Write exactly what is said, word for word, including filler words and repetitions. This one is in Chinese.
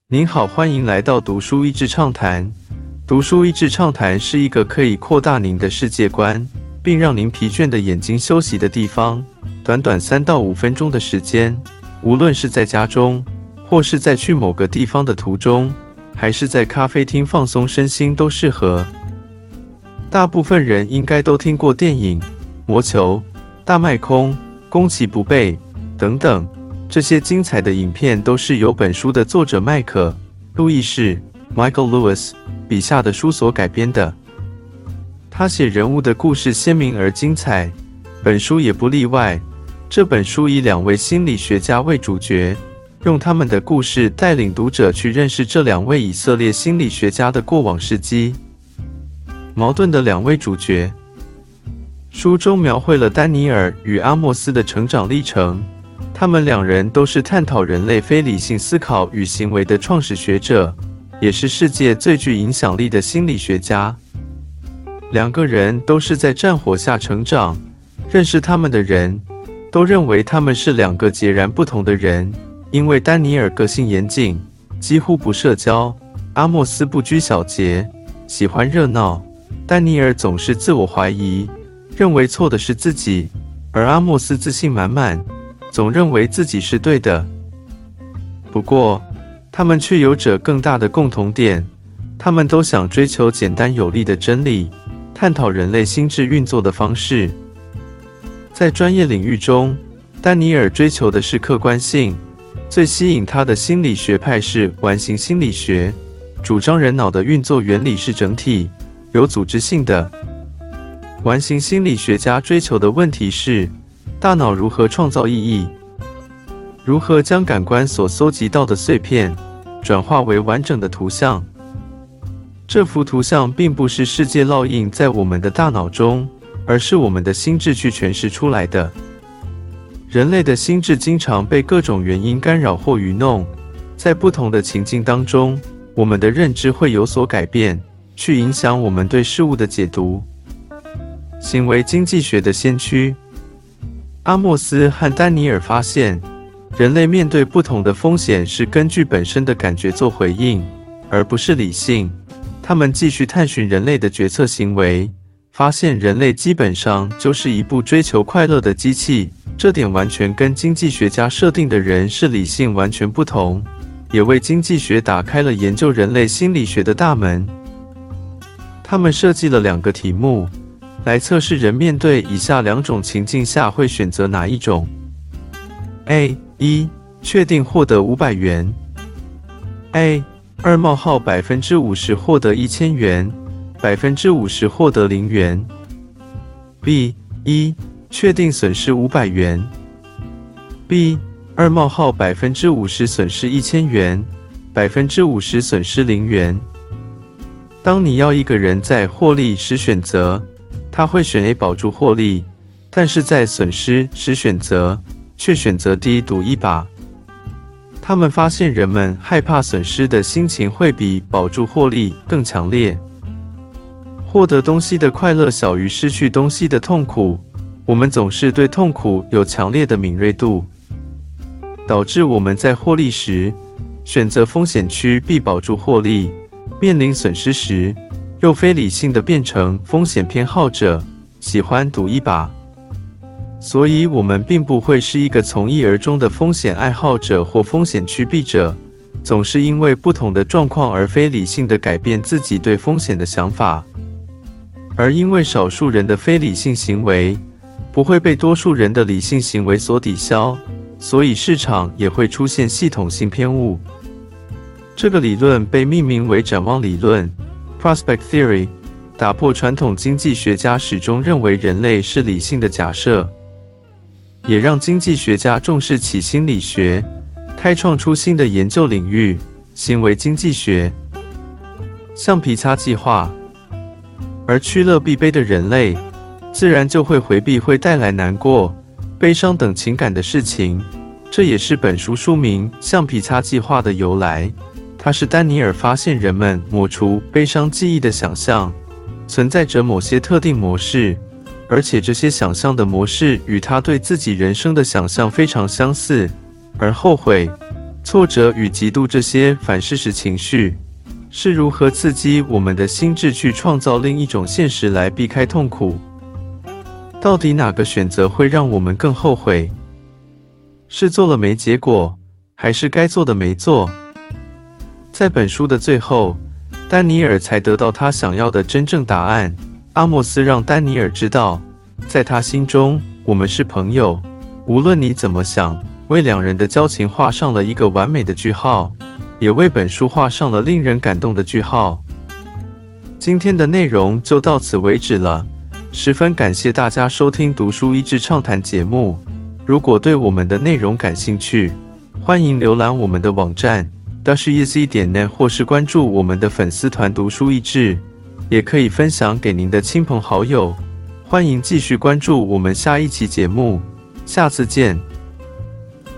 您好，欢迎来到读书益智畅谈。读书益智畅谈是一个可以扩大您的世界观，并让您疲倦的眼睛休息的地方。短短三到五分钟的时间，无论是在家中，或是在去某个地方的途中，还是在咖啡厅放松身心，都适合。大部分人应该都听过电影《魔球》、大卖空、攻其不备等等。这些精彩的影片都是由本书的作者麦克·路易士 （Michael Lewis） 笔下的书所改编的。他写人物的故事鲜明而精彩，本书也不例外。这本书以两位心理学家为主角，用他们的故事带领读者去认识这两位以色列心理学家的过往事迹。矛盾的两位主角。书中描绘了丹尼尔与阿莫斯的成长历程。他们两人都是探讨人类非理性思考与行为的创始学者，也是世界最具影响力的心理学家。两个人都是在战火下成长，认识他们的人都认为他们是两个截然不同的人，因为丹尼尔个性严谨，几乎不社交；阿莫斯不拘小节，喜欢热闹。丹尼尔总是自我怀疑，认为错的是自己，而阿莫斯自信满满，总认为自己是对的。不过，他们却有着更大的共同点，他们都想追求简单有力的真理，探讨人类心智运作的方式。在专业领域中，丹尼尔追求的是客观性，最吸引他的心理学派是完形心理学，主张人脑的运作原理是整体、有组织性的。完形心理学家追求的问题是，大脑如何创造意义？如何将感官所搜集到的碎片转化为完整的图像？这幅图像并不是世界烙印在我们的大脑中，而是我们的心智去诠释出来的。人类的心智经常被各种原因干扰或愚弄，在不同的情境当中，我们的认知会有所改变，去影响我们对事物的解读。行为经济学的先驱阿莫斯和丹尼尔发现，人类面对不同的风险是根据本身的感觉做回应，而不是理性。他们继续探寻人类的决策行为，发现人类基本上就是一部追求快乐的机器，这点完全跟经济学家设定的人是理性完全不同，也为经济学打开了研究人类心理学的大门。他们设计了两个题目，来测试人面对以下两种情境下会选择哪一种。 A 一确定获得五百元 A 二冒号百分之五十获得一千元，百分之五十获得零元。 B 一确定损失五百元 B 二冒号百分之五十损失一千元，百分之五十损失零元。当你要一个人在获利时选择，他会选 A 保住获利，但是在损失时选择，却选择 D 赌一把。他们发现人们害怕损失的心情会比保住获利更强烈。获得东西的快乐小于失去东西的痛苦，我们总是对痛苦有强烈的敏锐度，导致我们在获利时选择风险区必保住获利，面临损失时又非理性的变成风险偏好者，喜欢赌一把。所以我们并不会是一个从一而终的风险爱好者或风险趋避者，总是因为不同的状况而非理性的改变自己对风险的想法。而因为少数人的非理性行为不会被多数人的理性行为所抵消，所以市场也会出现系统性偏误。这个理论被命名为展望理论 Prospect Theory， 打破传统经济学家始终认为人类是理性的假设，也让经济学家重视起心理学，开创出新的研究领域——行为经济学。橡皮擦计划。而趋乐避悲的人类，自然就会回避会带来难过、悲伤等情感的事情，这也是本书书名“橡皮擦计划”的由来。它是丹尼尔发现人们抹除悲伤记忆的想象，存在着某些特定模式，而且这些想象的模式与他对自己人生的想象非常相似，而后悔、 挫折与嫉妒这些反事实情绪，是如何刺激我们的心智去创造另一种现实来避开痛苦？到底哪个选择会让我们更后悔？是做了没结果，还是该做的没做？在本书的最后，丹尼尔才得到他想要的真正答案。阿莫斯让丹尼尔知道，在他心中，我们是朋友，无论你怎么想，为两人的交情画上了一个完美的句号，也为本书画上了令人感动的句号。今天的内容就到此为止了，十分感谢大家收听读书益智畅谈节目。如果对我们的内容感兴趣，欢迎浏览我们的网站 dash e z 点 net 或是关注我们的粉丝团读书益智，也可以分享给您的亲朋好友。欢迎继续关注我们下一期节目，下次见。